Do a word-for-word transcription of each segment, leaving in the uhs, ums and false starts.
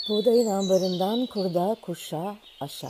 Buğdayın ambarından kurda kuşa aşa.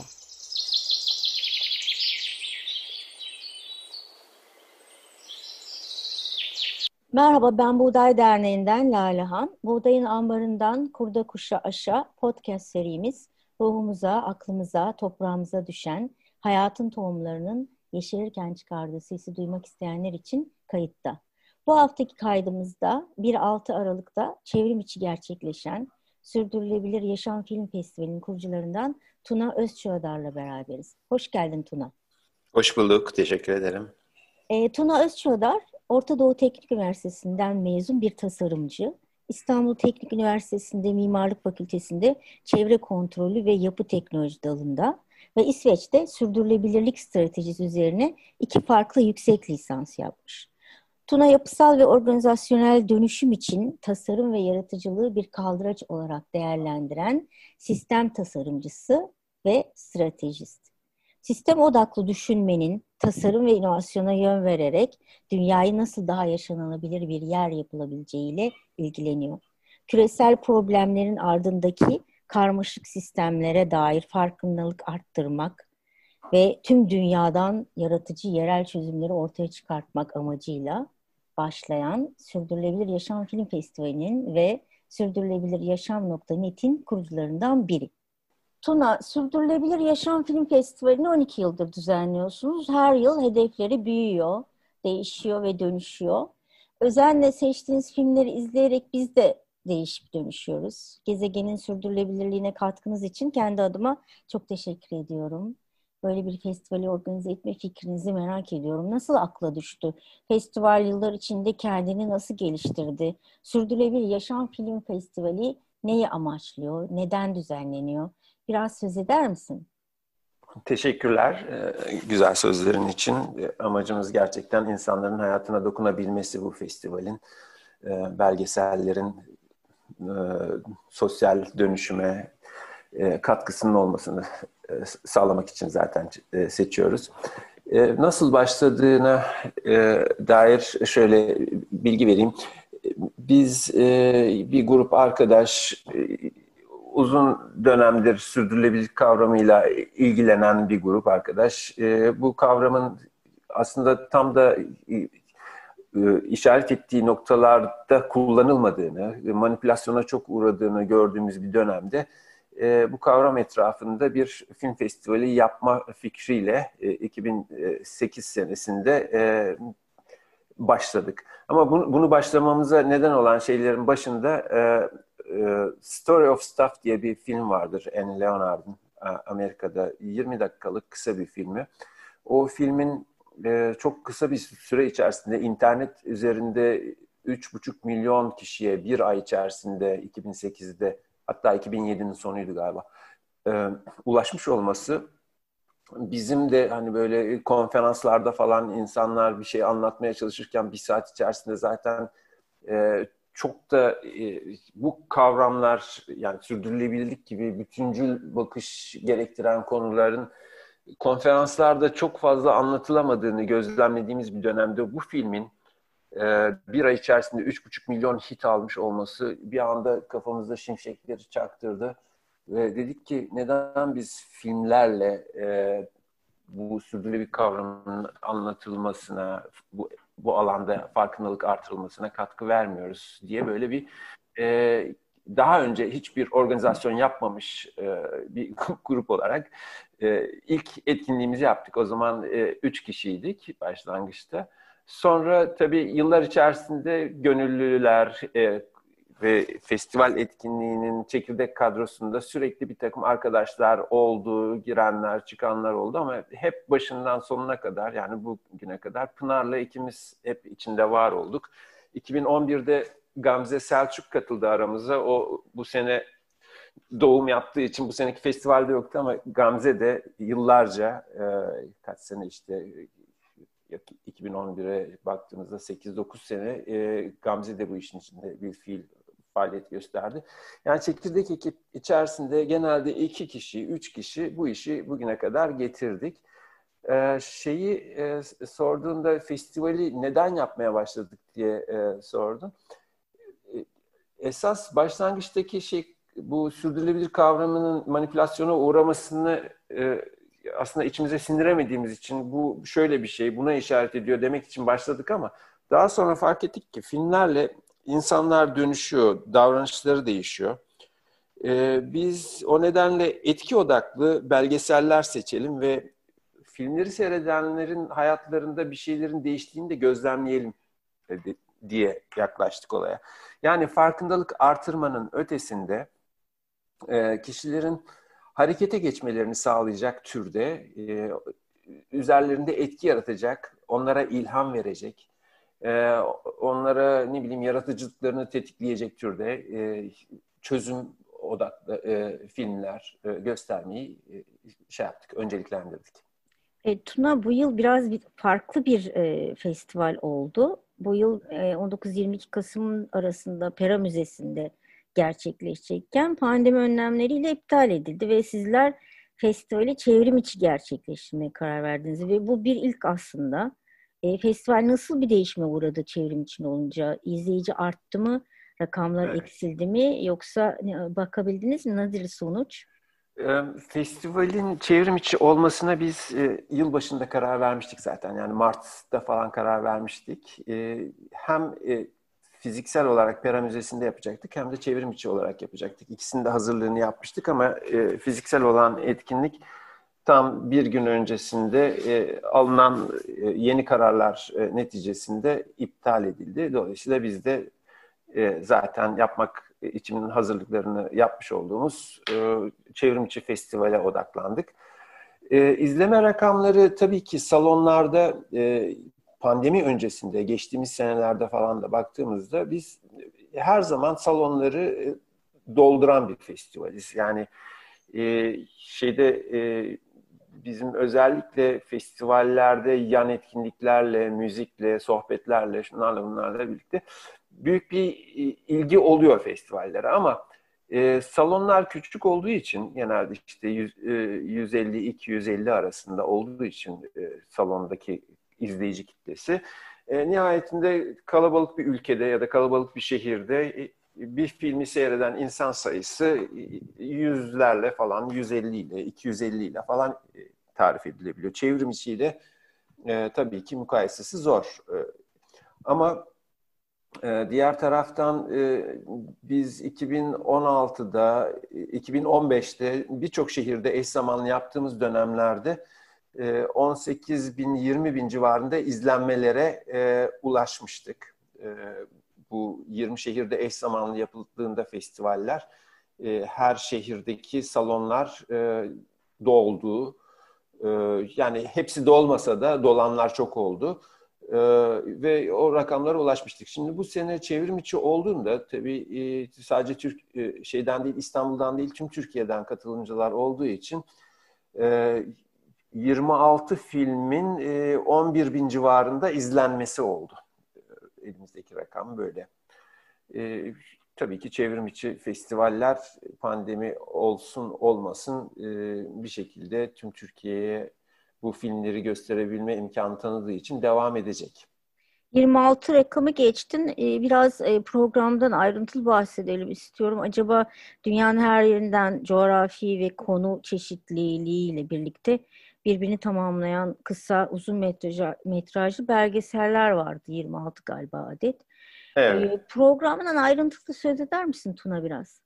Merhaba, ben Buğday Derneği'nden Lalehan. Buğdayın ambarından kurda kuşa aşa podcast serimiz ruhumuza, aklımıza, toprağımıza düşen hayatın tohumlarının yeşerirken çıkardığı sesi duymak isteyenler için kayıtta. Bu haftaki kaydımızda bir altı Aralık'ta çevrim içi gerçekleşen Sürdürülebilir Yaşam Film Festivali'nin kurucularından Tuna Özçuadar'la beraberiz. Hoş geldin Tuna. Hoş bulduk, teşekkür ederim. E, Tuna Özçuadar, Orta Doğu Teknik Üniversitesi'nden mezun bir tasarımcı. İstanbul Teknik Üniversitesi'nde Mimarlık Fakültesi'nde Çevre Kontrolü ve Yapı Teknoloji dalında ve İsveç'te sürdürülebilirlik stratejisi üzerine iki farklı yüksek lisans yapmış. Tuna yapısal ve organizasyonel dönüşüm için tasarım ve yaratıcılığı bir kaldıraç olarak değerlendiren sistem tasarımcısı ve stratejist. Sistem odaklı düşünmenin tasarım ve inovasyona yön vererek dünyayı nasıl daha yaşanılabilir bir yer yapılabileceğiyle ilgileniyor. Küresel problemlerin ardındaki karmaşık sistemlere dair farkındalık arttırmak ve tüm dünyadan yaratıcı yerel çözümleri ortaya çıkartmak amacıyla başlayan Sürdürülebilir Yaşam Film Festivali'nin ve Sürdürülebilir Yaşam nokta net'in kurucularından biri. Tuna, Sürdürülebilir Yaşam Film Festivali'ni on iki yıldır düzenliyorsunuz. Her yıl hedefleri büyüyor, değişiyor ve dönüşüyor. Özenle seçtiğiniz filmleri izleyerek biz de değişip dönüşüyoruz. Gezegenin sürdürülebilirliğine katkınız için kendi adıma çok teşekkür ediyorum. Böyle bir festivali organize etme fikrinizi merak ediyorum. Nasıl akla düştü? Festival yıllar içinde kendini nasıl geliştirdi? Sürdürülebilir Yaşam Film Festivali neyi amaçlıyor? Neden düzenleniyor? Biraz söz eder misin? Teşekkürler e, güzel sözlerin için. E, Amacımız gerçekten insanların hayatına dokunabilmesi bu festivalin. E, Belgesellerin e, sosyal dönüşüme e, katkısının olmasını e, sağlamak için zaten e, seçiyoruz. E, Nasıl başladığına e, dair şöyle bilgi vereyim. Biz e, bir grup arkadaş e, uzun dönemdir sürdürülebilirlik kavramıyla ilgilenen bir grup arkadaş. E, bu kavramın aslında tam da e, işaret ettiği noktalarda kullanılmadığını, manipülasyona çok uğradığını gördüğümüz bir dönemde e, bu kavram etrafında bir film festivali yapma fikriyle e, iki bin sekiz senesinde e, başladık. Ama bunu, bunu başlamamıza neden olan şeylerin başında e, e, Story of Stuff diye bir film vardır Annie Leonard'ın Amerika'da yirmi dakikalık kısa bir filmi. O filmin e, çok kısa bir süre içerisinde internet üzerinde üç buçuk milyon kişiye bir ay içerisinde iki bin sekizde hatta iki bin yedinin sonuydu galiba e, ulaşmış olması bizim de hani böyle konferanslarda falan insanlar bir şey anlatmaya çalışırken bir saat içerisinde zaten e, çok da e, bu kavramlar yani sürdürülebilirlik gibi bütüncül bakış gerektiren konuların konferanslarda çok fazla anlatılamadığını gözlemlediğimiz bir dönemde bu filmin e, bir ay içerisinde üç buçuk milyon hit almış olması bir anda kafamızda şimşekleri çaktırdı. Ve dedik ki neden biz filmlerle e, bu sürdürülebilir kavramının anlatılmasına, bu, bu alanda farkındalık artırılmasına katkı vermiyoruz diye böyle bir e, daha önce hiçbir organizasyon yapmamış e, bir grup olarak e, ilk etkinliğimizi yaptık. O zaman e, üç kişiydik başlangıçta. Sonra tabii yıllar içerisinde gönüllüler, e, ve festival etkinliğinin çekirdek kadrosunda sürekli bir takım arkadaşlar oldu, girenler, çıkanlar oldu ama hep başından sonuna kadar yani bugüne kadar Pınar'la ikimiz hep içinde var olduk. iki bin on birde Gamze Selçuk katıldı aramıza. O bu sene doğum yaptığı için bu seneki festivalde yoktu ama Gamze de yıllarca e, kaç sene işte iki bin on bire baktığımızda sekiz dokuz sene e, Gamze de bu işin içinde bir fiil faaliyet gösterdi. Yani çekirdek ekip içerisinde genelde iki kişi, üç kişi bu işi bugüne kadar getirdik. Ee, şeyi e, sorduğunda festivali neden yapmaya başladık diye e, sordun. E, esas başlangıçtaki şey bu sürdürülebilir kavramının manipülasyona uğramasını e, aslında içimize sindiremediğimiz için bu şöyle bir şey, buna işaret ediyor demek için başladık ama daha sonra fark ettik ki filmlerle insanlar dönüşüyor, davranışları değişiyor. E, biz o nedenle etki odaklı belgeseller seçelim ve filmleri seyredenlerin hayatlarında bir şeylerin değiştiğini de gözlemleyelim diye yaklaştık olaya. Yani farkındalık artırmanın ötesinde e, kişilerin harekete geçmelerini sağlayacak türde, e, üzerlerinde etki yaratacak, onlara ilham verecek, e, onlara ne bileyim yaratıcılıklarını tetikleyecek türde e, çözüm odaklı e, filmler e, göstermeyi e, şey yaptık, önceliklendirdik. E, Tuna, bu yıl biraz bir, farklı bir e, festival oldu. Bu yıl e, on dokuz yirmi iki Kasım arasında Pera Müzesi'nde gerçekleşecekken pandemi önlemleriyle iptal edildi ve sizler festivali çevrim içi gerçekleştirmeye karar verdiniz ve bu bir ilk aslında. E, festival nasıl bir değişime uğradı çevrim içi olunca? İzleyici arttı mı? Rakamlar Evet. eksildi mi? Yoksa e, bakabildiniz mi? Nedir sonuç? Festivalin çevrim içi olmasına biz e, yılbaşında karar vermiştik zaten. Yani Mart'ta falan karar vermiştik. E, hem e, fiziksel olarak Pera Müzesi'nde yapacaktık hem de çevrim içi olarak yapacaktık. İkisinin de hazırlığını yapmıştık ama e, fiziksel olan etkinlik tam bir gün öncesinde e, alınan e, yeni kararlar e, neticesinde iptal edildi. Dolayısıyla biz de e, zaten yapmak için hazırlıklarını yapmış olduğumuz e, çevrimçi festivale odaklandık. E, izleme rakamları tabii ki salonlarda e, pandemi öncesinde, geçtiğimiz senelerde falan da baktığımızda biz her zaman salonları e, dolduran bir festivaliz. Yani e, şeyde e, bizim özellikle festivallerde yan etkinliklerle, müzikle, sohbetlerle, şunlarla bunlarla birlikte büyük bir ilgi oluyor festivallere ama e, salonlar küçük olduğu için genelde işte yüz, e, yüz elli iki yüz elli arasında olduğu için e, salondaki izleyici kitlesi e, nihayetinde kalabalık bir ülkede ya da kalabalık bir şehirde e, bir filmi seyreden insan sayısı yüzlerle falan, yüz elli ile iki yüz elli ile falan e, tarif edilebiliyor. Çevrim içiyle e, tabii ki mukayesesi zor. E, ama e, diğer taraftan e, biz iki bin on altıda, iki bin on beşte birçok şehirde eş zamanlı yaptığımız dönemlerde e, on sekiz bin yirmi bin civarında izlenmelere e, ulaşmıştık. E, bu yirmi şehirde eş zamanlı yapıldığında festivaller, e, her şehirdeki salonlar e, doldu. E, yani hepsi dolmasa da dolanlar çok oldu. Ee, ve o rakamlara ulaşmıştık. Şimdi bu sene çevrim içi olduğunda tabii e, sadece Türk e, şeyden değil, İstanbul'dan değil, tüm Türkiye'den katılımcılar olduğu için e, yirmi altı filmin e, on bir bin civarında izlenmesi oldu. Elimizdeki rakam böyle. E, tabii ki çevrim içi festivaller pandemi olsun olmasın e, bir şekilde tüm Türkiye'ye bu filmleri gösterebilme imkanı tanıdığı için devam edecek. yirmi altı rakamı geçtin. Ee, Biraz e, programdan ayrıntılı bahsedelim istiyorum. Acaba dünyanın her yerinden coğrafi ve konu çeşitliliğiyle birlikte birbirini tamamlayan kısa, uzun metrajlı, metrajlı belgeseller vardı. yirmi altı galiba adet. Evet. Ee, Programdan ayrıntılı söz eder misin Tuna biraz?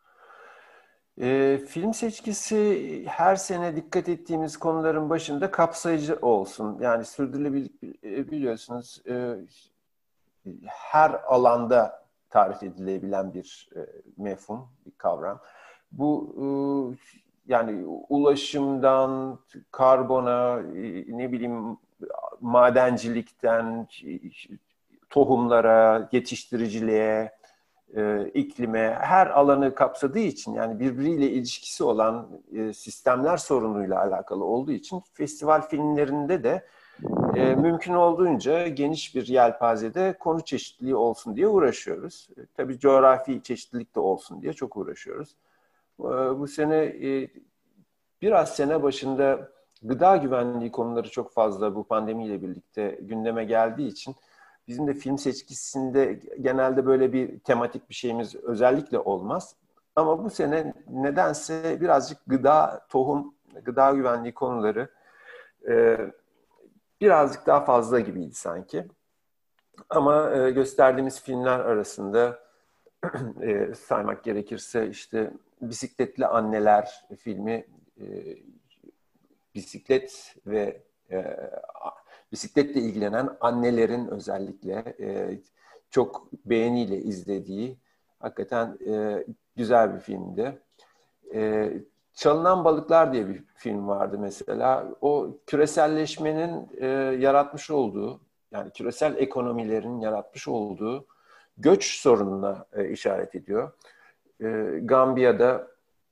E, film seçkisi her sene dikkat ettiğimiz konuların başında kapsayıcı olsun. Yani sürdürülebilirlik e, biliyorsunuz e, her alanda tarif edilebilen bir e, mefhum, bir kavram. Bu e, yani ulaşımdan karbona, e, ne bileyim madencilikten tohumlara, yetiştiriciliğe, e, iklime, her alanı kapsadığı için yani birbiriyle ilişkisi olan e, sistemler sorunuyla alakalı olduğu için festival filmlerinde de e, mümkün olduğunca geniş bir yelpazede konu çeşitliliği olsun diye uğraşıyoruz. E, tabii coğrafi çeşitlilik de olsun diye çok uğraşıyoruz. E, bu sene e, biraz sene başında gıda güvenliği konuları çok fazla bu pandemiyle birlikte gündeme geldiği için bizim de film seçkisinde genelde böyle bir tematik bir şeyimiz özellikle olmaz. Ama bu sene nedense birazcık gıda, tohum, gıda güvenliği konuları e, birazcık daha fazla gibiydi sanki. Ama e, gösterdiğimiz filmler arasında e, saymak gerekirse işte Bisikletli Anneler filmi, e, bisiklet ve e, bisikletle ilgilenen annelerin özellikle e, çok beğeniyle izlediği hakikaten e, güzel bir filmdi. E, Çalınan Balıklar diye bir film vardı mesela. O küreselleşmenin e, yaratmış olduğu, yani küresel ekonomilerin yaratmış olduğu göç sorununa e, işaret ediyor. E, Gambiya'da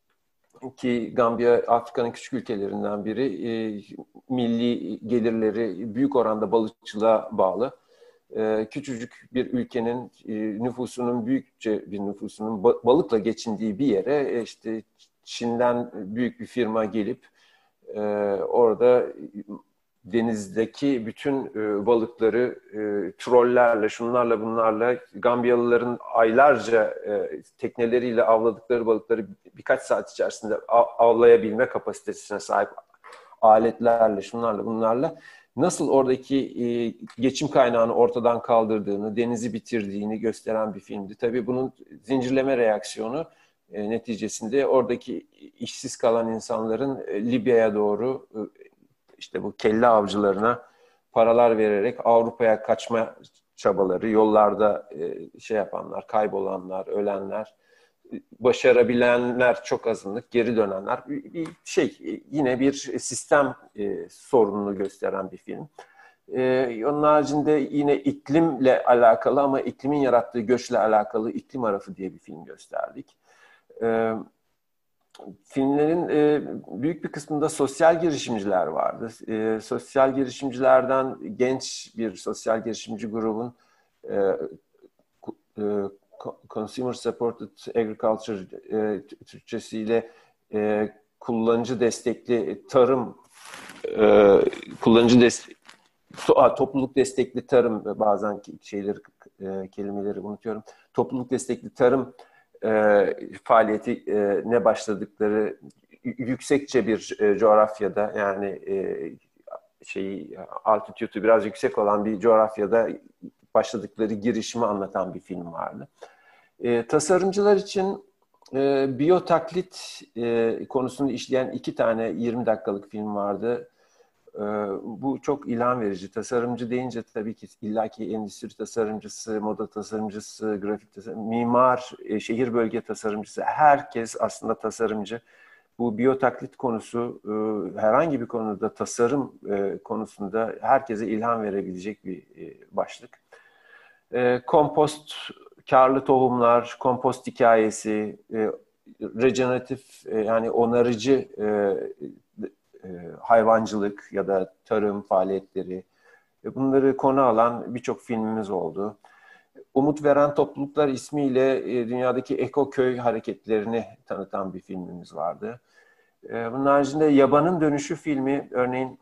ki Gambiya Afrika'nın küçük ülkelerinden biri, e, milli gelirleri büyük oranda balıkçılığa bağlı. E, küçücük bir ülkenin e, nüfusunun büyükçe bir nüfusunun ba- balıkla geçindiği bir yere e, işte Çin'den büyük bir firma gelip e, orada denizdeki bütün e, balıkları e, trollerle, şunlarla bunlarla Gambiyalıların aylarca e, tekneleriyle avladıkları balıkları birkaç saat içerisinde av- avlayabilme kapasitesine sahip aletlerle, şunlarla bunlarla nasıl oradaki e, geçim kaynağını ortadan kaldırdığını, denizi bitirdiğini gösteren bir filmdi. Tabii bunun zincirleme reaksiyonu e, neticesinde oradaki işsiz kalan insanların e, Libya'ya doğru e, işte bu kelle avcılarına paralar vererek Avrupa'ya kaçma çabaları, yollarda e, şey yapanlar, kaybolanlar, ölenler, başarabilenler çok azınlık, geri dönenler. Bir şey, yine bir sistem e, sorununu gösteren bir film. E, onun haricinde yine iklimle alakalı ama iklimin yarattığı göçle alakalı İklim Arafı diye bir film gösterdik. E, Filmlerin e, büyük bir kısmında sosyal girişimciler vardı. E, sosyal girişimcilerden genç bir sosyal girişimci grubun e, e, Consumer Supported Agriculture e, Türkçesiyle e, kullanıcı destekli tarım, e, kullanıcı destek, topluluk destekli tarım, bazen şeyleri e, kelimeleri unutuyorum. Topluluk destekli tarım e, faaliyeti e, ne başladıkları yüksekçe bir e, coğrafyada, yani e, şeyi altitude'u biraz yüksek olan bir coğrafyada başladıkları girişimi anlatan bir film vardı. E, tasarımcılar için e, biyotaklit e, konusunu işleyen iki tane yirmi dakikalık film vardı. E, bu çok ilham verici. Tasarımcı deyince tabii ki illaki endüstri tasarımcısı, moda tasarımcısı, grafik tasarımcısı, mimar, e, şehir bölge tasarımcısı, herkes aslında tasarımcı. Bu biyotaklit konusu e, herhangi bir konuda, tasarım e, konusunda herkese ilham verebilecek bir e, başlık. E, kompost, karlı tohumlar, kompost hikayesi, e, rejeneratif e, yani onarıcı e, e, hayvancılık ya da tarım faaliyetleri, e, bunları konu alan birçok filmimiz oldu. Umut Veren Topluluklar ismiyle e, dünyadaki ekoköy hareketlerini tanıtan bir filmimiz vardı. E, bunun haricinde Yabanın Dönüşü filmi, örneğin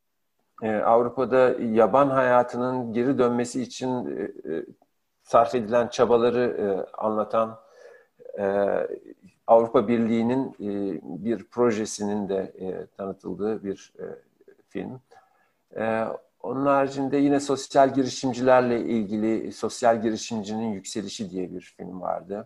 e, Avrupa'da yaban hayatının geri dönmesi için e, e, sarf edilen çabaları e, anlatan, e, Avrupa Birliği'nin e, bir projesinin de e, tanıtıldığı bir e, film. E, onun haricinde yine sosyal girişimcilerle ilgili Sosyal Girişimcinin Yükselişi diye bir film vardı.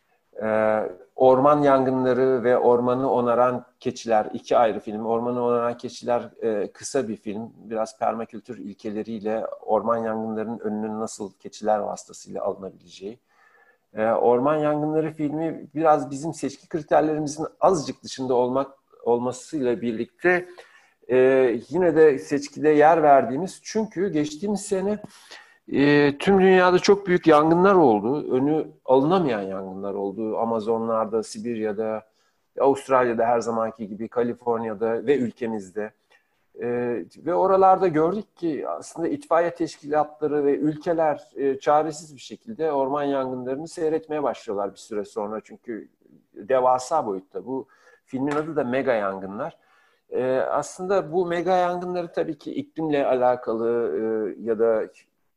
Ee, Orman Yangınları ve Ormanı Onaran Keçiler, iki ayrı film. Ormanı Onaran Keçiler e, kısa bir film. Biraz permakültür ilkeleriyle orman yangınlarının önünün nasıl keçiler vasıtasıyla alınabileceği. Ee, Orman Yangınları filmi biraz bizim seçki kriterlerimizin azıcık dışında olmak olmasıyla birlikte e, yine de seçkide yer verdiğimiz, çünkü geçtiğimiz sene e, tüm dünyada çok büyük yangınlar oldu. Önü alınamayan yangınlar oldu. Amazonlarda, Sibirya'da, Avustralya'da her zamanki gibi, Kaliforniya'da ve ülkemizde. E, ve oralarda gördük ki aslında itfaiye teşkilatları ve ülkeler e, çaresiz bir şekilde orman yangınlarını seyretmeye başlıyorlar bir süre sonra. Çünkü devasa boyutta. Bu filmin adı da Mega Yangınlar. E, aslında bu mega yangınları tabii ki iklimle alakalı e, ya da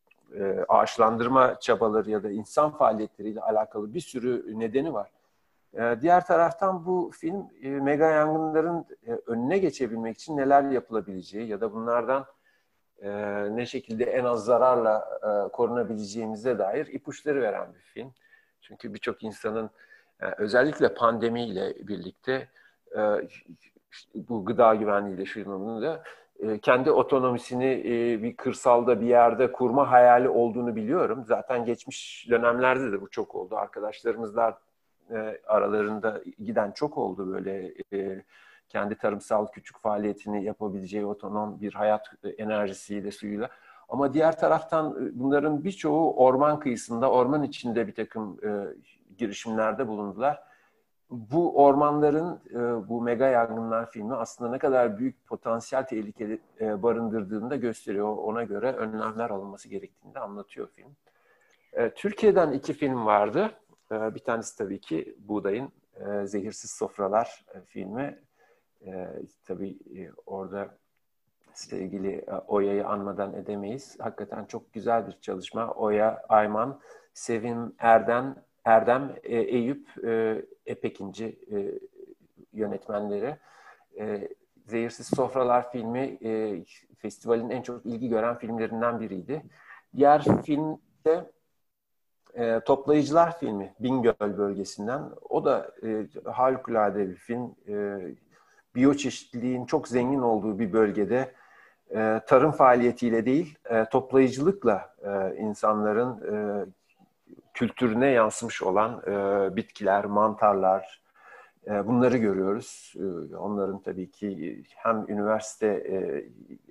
e, ağaçlandırma çabaları ya da insan faaliyetleriyle alakalı bir sürü nedeni var. E, diğer taraftan bu film e, mega yangınların e, önüne geçebilmek için neler yapılabileceği ya da bunlardan e, ne şekilde en az zararla e, korunabileceğimize dair ipuçları veren bir film. Çünkü birçok insanın e, özellikle pandemiyle birlikte e, bu gıda güvenliğiyle şunun da e, kendi otonomisini e, bir kırsalda bir yerde kurma hayali olduğunu biliyorum. Zaten geçmiş dönemlerde de bu çok oldu. Arkadaşlarımızla e, aralarında giden çok oldu böyle e, kendi tarımsal küçük faaliyetini yapabileceği otonom bir hayat enerjisiyle, suyuyla. Ama diğer taraftan bunların birçoğu orman kıyısında, orman içinde bir takım e, girişimlerde bulundular. Bu ormanların, e, bu mega yangınlar filmi aslında ne kadar büyük potansiyel tehlike e, barındırdığını da gösteriyor. Ona göre önlemler alınması gerektiğini de anlatıyor film. E, Türkiye'den iki film vardı. E, bir tanesi tabii ki Buğday'ın e, Zehirsiz Sofralar e, filmi. E, tabii e, orada sevgili e, Oya'yı anmadan edemeyiz. Hakikaten çok güzel bir çalışma. Oya, Ayman, Sevim, Erdem, Erdem, e, Eyüp, e, Epekinci e, yönetmenleri. E, Zehirsiz Sofralar filmi e, festivalin en çok ilgi gören filmlerinden biriydi. Diğer film de e, Toplayıcılar filmi, Bingöl bölgesinden. O da e, harikulade bir film. E, biyoçeşitliliğin çok zengin olduğu bir bölgede e, tarım faaliyetiyle değil, e, toplayıcılıkla e, insanların e, kültürüne yansımış olan e, bitkiler, mantarlar, e, bunları görüyoruz. E, onların tabii ki hem üniversite e,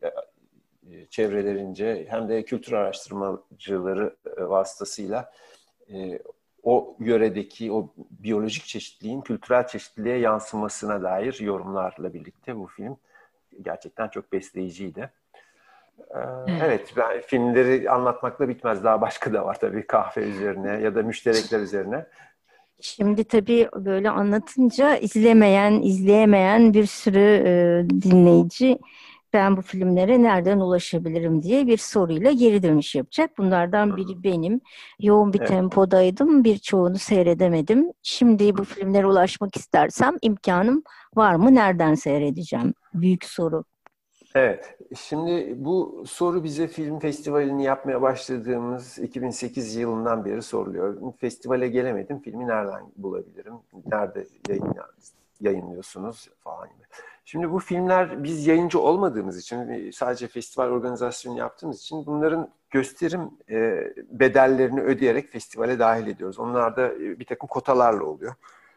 e, çevrelerince hem de kültür araştırmacıları e, vasıtasıyla e, o yöredeki o biyolojik çeşitliliğin kültürel çeşitliliğe yansımasına dair yorumlarla birlikte bu film gerçekten çok besleyiciydi. Ee, evet, ben filmleri anlatmakla bitmez. Daha başka da var tabii, kahve üzerine ya da müşterekler üzerine. Şimdi tabii böyle anlatınca izlemeyen, izleyemeyen bir sürü e, dinleyici ben bu filmlere nereden ulaşabilirim diye bir soruyla geri dönüş yapacak. Bunlardan biri benim. Yoğun bir Evet. tempodaydım. Birçoğunu seyredemedim. Şimdi bu filmlere ulaşmak istersem imkanım var mı? Nereden seyredeceğim? Büyük soru. Evet, şimdi bu soru bize film festivalini yapmaya başladığımız iki bin sekiz yılından beri soruluyor. Festivale gelemedim, filmi nereden bulabilirim? Nerede yayın, yayınlıyorsunuz falan gibi. Şimdi bu filmler biz yayıncı olmadığımız için, sadece festival organizasyonu yaptığımız için bunların gösterim e, bedellerini ödeyerek festivale dahil ediyoruz. Onlar da bir takım kotalarla oluyor.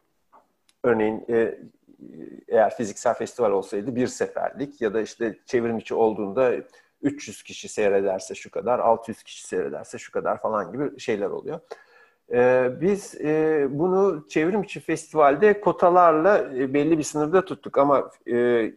Örneğin e, eğer fiziksel festival olsaydı bir seferlik ya da işte çevrim içi olduğunda üç yüz kişi seyrederse şu kadar, altı yüz kişi seyrederse şu kadar falan gibi şeyler oluyor. Ee, biz e, bunu çevrim içi festivalde kotalarla e, belli bir sınırda tuttuk ama e,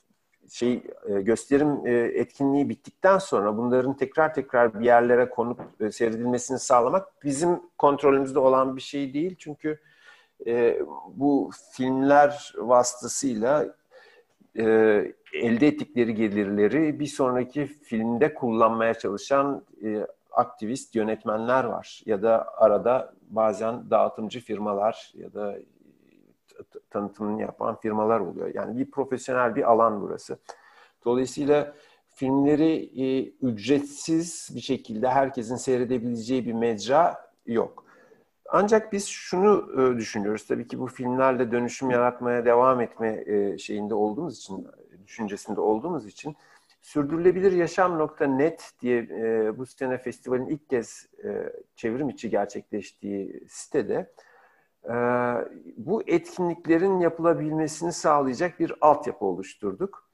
şey e, gösterim e, etkinliği bittikten sonra bunların tekrar tekrar bir yerlere konup e, seyredilmesini sağlamak bizim kontrolümüzde olan bir şey değil. Çünkü e, bu filmler vasıtasıyla e, elde ettikleri gelirleri bir sonraki filmde kullanmaya çalışan e, aktivist yönetmenler var. Ya da arada bazen dağıtımcı firmalar ya da tanıtımını yapan firmalar oluyor. Yani bir profesyonel bir alan burası. Dolayısıyla filmleri e, ücretsiz bir şekilde herkesin seyredebileceği bir mecra yok. Ancak biz şunu e, düşünüyoruz. Tabii ki bu filmlerle dönüşüm yaratmaya devam etme e, şeyinde olduğumuz için, düşüncesinde olduğumuz için sürdürülebilir yaşam nokta net diye e, bu sene festivalin ilk kez e, çevrim içi gerçekleştiği sitede e, bu etkinliklerin yapılabilmesini sağlayacak bir altyapı oluşturduk.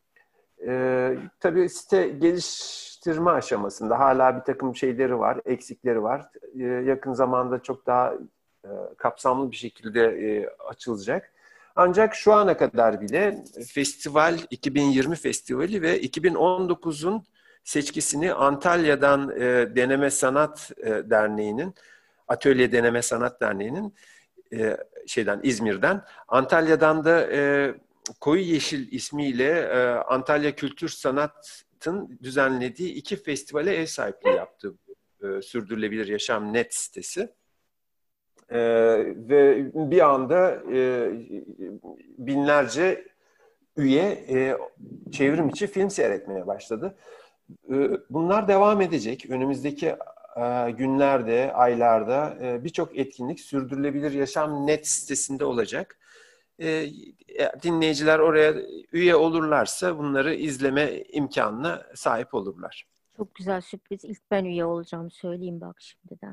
E, tabii site geliştirme aşamasında hala bir takım şeyleri var, eksikleri var. E, yakın zamanda çok daha e, kapsamlı bir şekilde e, açılacak. Ancak şu ana kadar bile festival, iki bin yirmi festivali ve iki bin on dokuzun seçkisini Antalya'dan e, Deneme Sanat e, Derneği'nin, Atölye Deneme Sanat Derneği'nin e, şeyden İzmir'den, Antalya'dan da e, Koyu Yeşil ismiyle e, Antalya Kültür Sanat'ın düzenlediği iki festivale ev sahipliği yaptı e, Sürdürülebilir Yaşam Net sitesi. E, ve bir anda e, binlerce üye e, çevrim içi film seyretmeye başladı. E, bunlar devam edecek. Önümüzdeki e, günlerde, aylarda e, birçok etkinlik Sürdürülebilir Yaşam Net sitesinde olacak. E, dinleyiciler oraya üye olurlarsa bunları izleme imkanına sahip olurlar. Çok güzel sürpriz. İlk ben üye olacağım söyleyeyim bak şimdiden.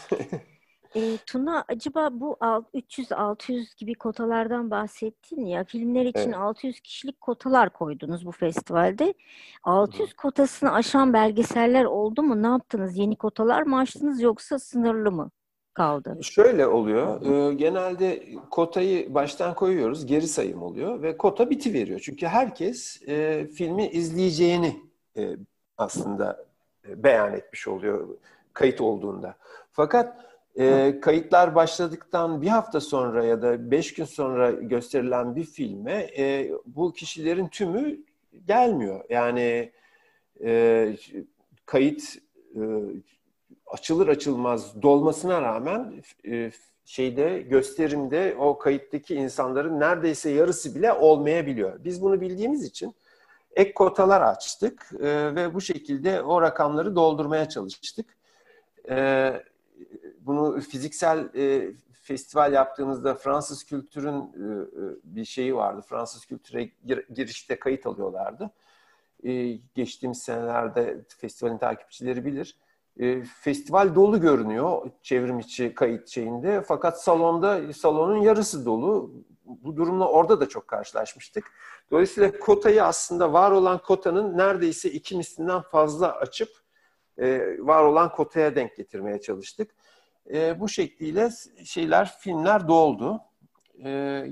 E, Tuna, acaba bu al- üç yüz altı yüz gibi kotalardan bahsettin ya, filmler için Evet. altı yüz kişilik kotalar koydunuz bu festivalde. Hı altı hı. yüz kotasını aşan belgeseller oldu mu? Ne yaptınız? Yeni kotalar mı açtınız yoksa sınırlı mı kaldı? Şöyle oluyor. E, genelde kotayı baştan koyuyoruz. Geri sayım oluyor ve kota bitiveriyor. Çünkü herkes e, filmi izleyeceğini e, aslında e, beyan etmiş oluyor kayıt olduğunda. Fakat e, kayıtlar başladıktan bir hafta sonra ya da beş gün sonra gösterilen bir filme e, bu kişilerin tümü gelmiyor. Yani e, kayıt e, açılır açılmaz dolmasına rağmen e, şeyde gösterimde o kayıttaki insanların neredeyse yarısı bile olmayabiliyor. Biz bunu bildiğimiz için ek kotalar açtık e, ve bu şekilde o rakamları doldurmaya çalıştık. E, bunu fiziksel e, festival yaptığımızda Fransız kültürün e, bir şeyi vardı. Fransız kültüre gir, girişte kayıt alıyorlardı. E, geçtiğimiz senelerde festivalin takipçileri bilir. E, festival dolu görünüyor çevrim içi kayıt şeyinde. Fakat salonda salonun yarısı dolu. Bu durumla orada da çok karşılaşmıştık. Dolayısıyla kotayı aslında var olan kotanın neredeyse iki mislinden fazla açıp e, var olan kotaya denk getirmeye çalıştık. E, bu şekliyle şeyler, filmler doldu. E,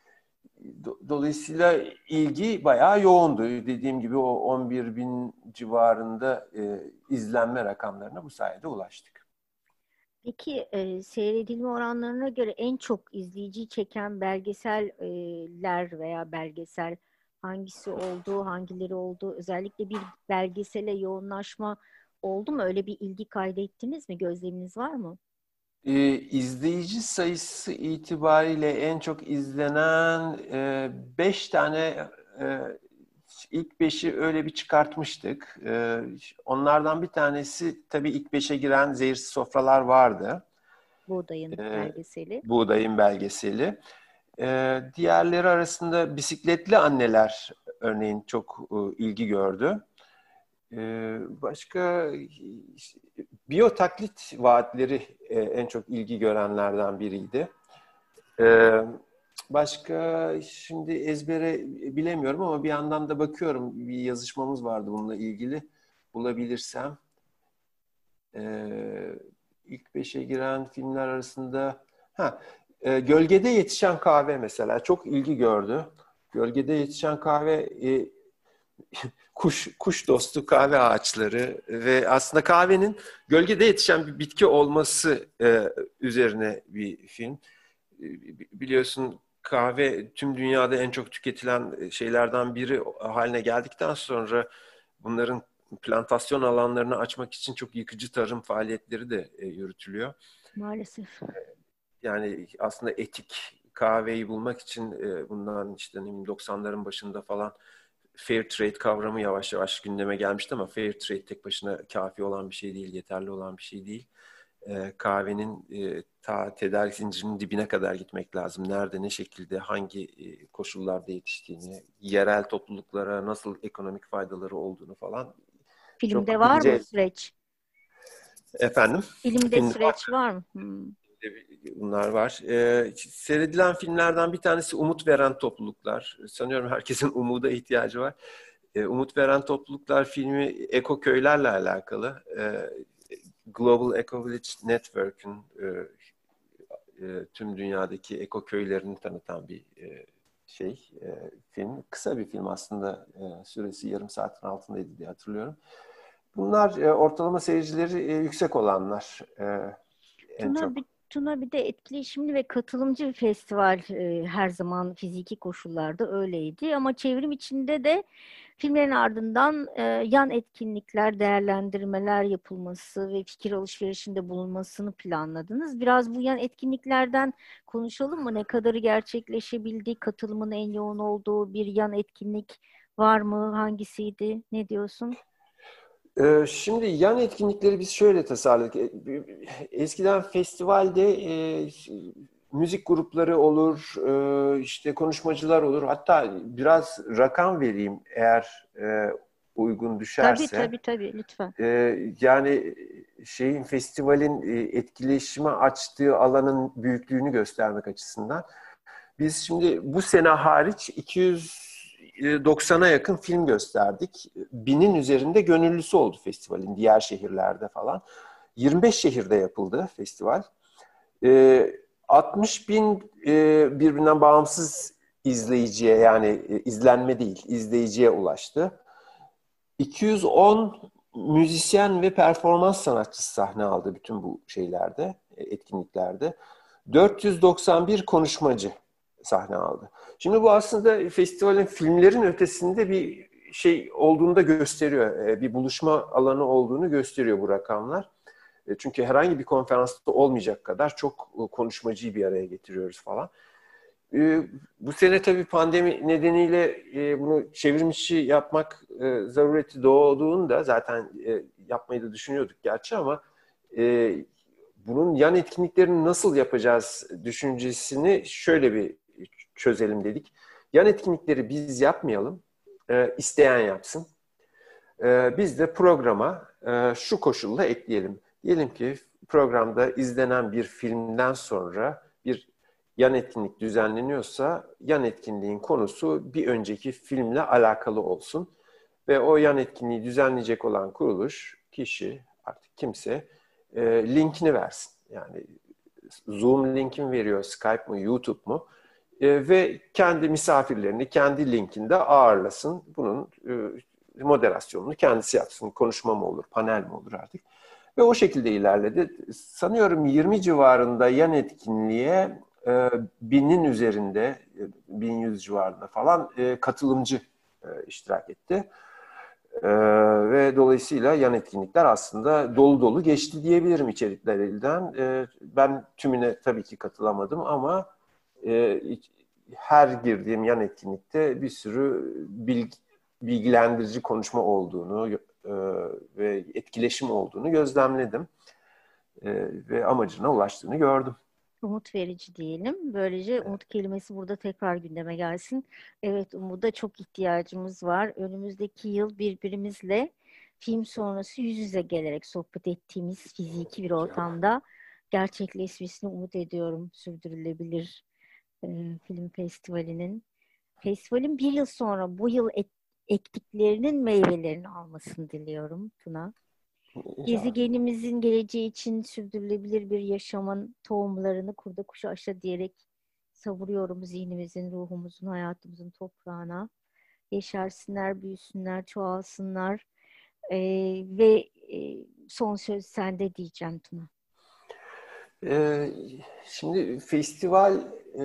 Dolayısıyla ilgi bayağı yoğundu. Dediğim gibi o on bir bin civarında e, izlenme rakamlarına bu sayede ulaştık. Peki e, seyredilme oranlarına göre en çok izleyici çeken belgeseller veya belgesel hangisi oldu, hangileri oldu? Özellikle bir belgesele yoğunlaşma oldu mu? Öyle bir ilgi kaydettiniz mi? Gözleminiz var mı? E, izleyici sayısı itibariyle en çok izlenen e, beş tane e, ilk beşi öyle bir çıkartmıştık. E, onlardan bir tanesi tabii ilk beşe giren Zehirsiz Sofralar vardı. Buğdayın E, belgeseli. Buğdayın belgeseli. Ee, diğerleri arasında bisikletli anneler örneğin çok e, ilgi gördü. Ee, başka işte, biyotaklit vaatleri e, en çok ilgi görenlerden biriydi. Ee, başka şimdi ezbere bilemiyorum ama bir yandan da bakıyorum bir yazışmamız vardı bununla ilgili bulabilirsem. Ee, ilk beşe giren filmler arasında ha, e, Gölgede Yetişen Kahve mesela çok ilgi gördü. Gölgede Yetişen Kahve e, kuş kuş dostu kahve ağaçları ve aslında kahvenin gölgede yetişen bir bitki olması e, üzerine bir film. E, biliyorsun kahve tüm dünyada en çok tüketilen şeylerden biri haline geldikten sonra bunların plantasyon alanlarını açmak için çok yıkıcı tarım faaliyetleri de e, yürütülüyor. Maalesef. Yani aslında etik kahveyi bulmak için e, bundan işte doksanların başında falan fair trade kavramı yavaş yavaş gündeme gelmişti ama fair trade tek başına kafi olan bir şey değil, yeterli olan bir şey değil. E, kahvenin e, ta tedarik zincirinin dibine kadar gitmek lazım. Nerede, ne şekilde, hangi e, koşullarda yetiştiğini, yerel topluluklara nasıl ekonomik faydaları olduğunu falan çok Filmde var mı ince. süreç? Efendim, Filmde filmde var. süreç var mı? Hmm. Bunlar var. Ee, seyredilen filmlerden bir tanesi Umut Veren Topluluklar. Sanıyorum herkesin umuda ihtiyacı var. Ee, Umut Veren Topluluklar filmi Eko Köylerle alakalı. Ee, Global Eco Village Network'ün e, e, tüm dünyadaki eko köylerini tanıtan bir e, şey, e, film. Kısa bir film aslında. E, süresi yarım saatin altındaydı diye hatırlıyorum. Bunlar e, ortalama seyircileri e, yüksek olanlar e, en Tuna, bir, çok. Tuna, bir de etkileşimli ve katılımcı bir festival e, her zaman fiziki koşullarda öyleydi. Ama çevrim içinde de filmlerin ardından e, yan etkinlikler, değerlendirmeler yapılması ve fikir alışverişinde bulunmasını planladınız. Biraz bu yan etkinliklerden konuşalım mı? Ne kadarı gerçekleşebildi? Katılımın en yoğun olduğu bir yan etkinlik var mı? Hangisiydi? Ne diyorsun? Ee, Şimdi yan etkinlikleri biz şöyle tasarladık. E, Eskiden festivalde e, müzik grupları olur, e, işte konuşmacılar olur. Hatta biraz rakam vereyim eğer e, uygun Tabii düşerse. tabii tabii, lütfen. E, Yani şeyin festivalin e, etkileşime açtığı alanın büyüklüğünü göstermek açısından. Biz şimdi bu sene hariç iki yüz doksana yakın film gösterdik. Binin üzerinde gönüllüsü oldu festivalin diğer şehirlerde falan. yirmi beş şehirde yapıldı festival. Ee, altmış bin e, birbirinden bağımsız izleyiciye, yani e, izlenme değil, izleyiciye ulaştı. iki yüz on müzisyen ve performans sanatçısı sahne aldı bütün bu şeylerde, e, etkinliklerde. dört yüz doksan bir konuşmacı sahne aldı. Şimdi bu aslında festivalin filmlerin ötesinde bir şey olduğunu da gösteriyor. E, Bir buluşma alanı olduğunu gösteriyor bu rakamlar. E, Çünkü herhangi bir konferansta olmayacak kadar çok e, konuşmacıyı bir araya getiriyoruz falan. E, Bu sene tabii pandemi nedeniyle e, bunu çevrimiçi yapmak e, zarureti doğduğunda zaten e, yapmayı da düşünüyorduk gerçi, ama e, bunun yan etkinliklerini nasıl yapacağız düşüncesini şöyle bir çözelim dedik. Yan etkinlikleri biz yapmayalım, e, isteyen yapsın. E, biz de programa e, şu koşulla ekleyelim. Diyelim ki programda izlenen bir filmden sonra bir yan etkinlik düzenleniyorsa, yan etkinliğin konusu bir önceki filmle alakalı olsun. Ve o yan etkinliği düzenleyecek olan kuruluş, kişi, artık kimse e, linkini versin. Yani Zoom linkin veriyor, Skype mı, YouTube mu? E, ve kendi misafirlerini kendi linkinde ağırlasın. Bunun e, moderasyonunu kendisi yapsın. Konuşma mı olur, panel mi olur artık. Ve o şekilde ilerledi. Sanıyorum yirmi civarında yan etkinliğe e, binin üzerinde, e, bin yüz civarında falan e, katılımcı e, iştirak etti. Ee, ve dolayısıyla yan etkinlikler aslında dolu dolu geçti diyebilirim içeriklerinden. Ee, ben tümüne tabii ki katılamadım, ama e, her girdiğim yan etkinlikte bir sürü bilgi, bilgilendirici konuşma olduğunu e, ve etkileşim olduğunu gözlemledim. E, ve amacına ulaştığını gördüm. Umut verici diyelim. Böylece umut kelimesi burada tekrar gündeme gelsin. Evet, umuda çok ihtiyacımız var. Önümüzdeki yıl birbirimizle film sonrası yüz yüze gelerek sohbet ettiğimiz fiziki bir ortamda gerçekleşmesini umut ediyorum, sürdürülebilir e, film festivalinin. Festivalin bir yıl sonra bu yıl et- ektiklerinin meyvelerini almasını diliyorum Tuna. İnşallah. Gezegenimizin geleceği için sürdürülebilir bir yaşamın tohumlarını kurda kuşa aşa diyerek savuruyorum zihnimizin, ruhumuzun, hayatımızın toprağına. Yeşersinler, büyüsünler, çoğalsınlar. Ee, ve e, son söz sende diyeceğim Tuna. Ee, Şimdi festival e,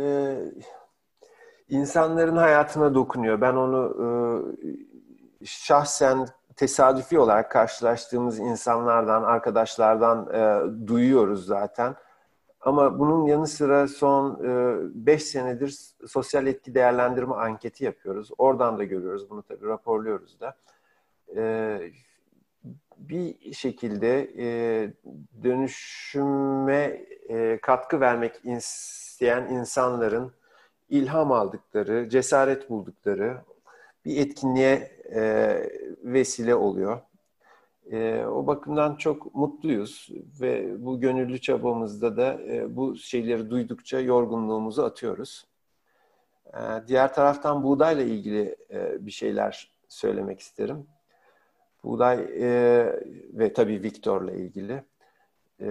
insanların hayatına dokunuyor. Ben onu e, şahsen tesadüfi olarak karşılaştığımız insanlardan, arkadaşlardan e, duyuyoruz zaten. Ama bunun yanı sıra son beş senedir sosyal etki değerlendirme anketi yapıyoruz. Oradan da görüyoruz. Bunu tabii raporluyoruz da. E, Bir şekilde e, dönüşüme e, katkı vermek isteyen insanların ilham aldıkları, cesaret buldukları bir etkinliğe e, vesile oluyor. E, o bakımdan çok mutluyuz ve bu gönüllü çabamızda da e, bu şeyleri duydukça yorgunluğumuzu atıyoruz. E, diğer taraftan buğdayla ilgili e, bir şeyler söylemek isterim. Buğday e, ve tabii Viktor'la ilgili. E,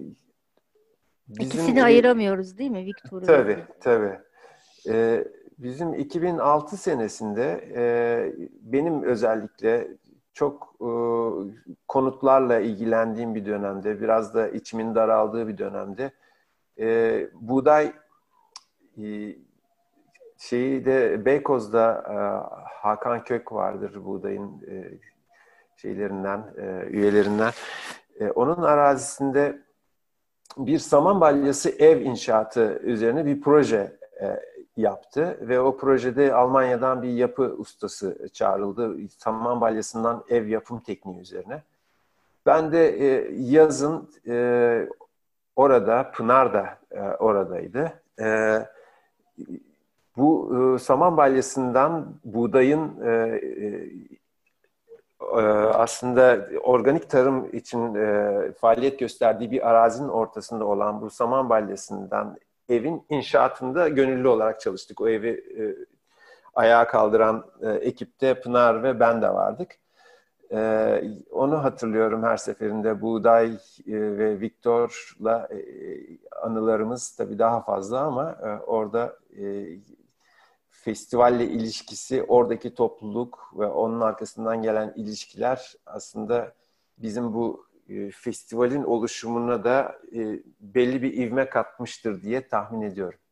bizim İkisini e, ayıramıyoruz değil mi Victor'u ve tabii Buğdayı? tabii. E, Bizim iki bin altı senesinde e, benim özellikle çok e, konutlarla ilgilendiğim bir dönemde, biraz da içimin daraldığı bir dönemde e, buğday e, şeyi de Beykoz'da e, Hakan Kök vardır buğdayın e, şeylerinden, e, üyelerinden. E, onun arazisinde bir saman balyası ev inşaatı üzerine bir proje e, yaptı ve o projede Almanya'dan bir yapı ustası çağrıldı. Saman balyasından ev yapım tekniği üzerine. Ben de e, yazın e, orada, Pınar da e, oradaydı. E, bu e, saman balyasından buğdayın e, e, e, aslında organik tarım için e, faaliyet gösterdiği bir arazinin ortasında olan bu saman balyasından evin inşaatında gönüllü olarak çalıştık. O evi e, ayağa kaldıran e, ekipte Pınar ve ben de vardık. E, onu hatırlıyorum her seferinde. Buğday e, ve Viktor'la e, anılarımız tabii daha fazla ama e, orada e, festivalle ilişkisi, oradaki topluluk ve onun arkasından gelen ilişkiler aslında bizim bu e, festivalin oluşumuna da e, belli bir ivme katmıştır diye tahmin ediyorum.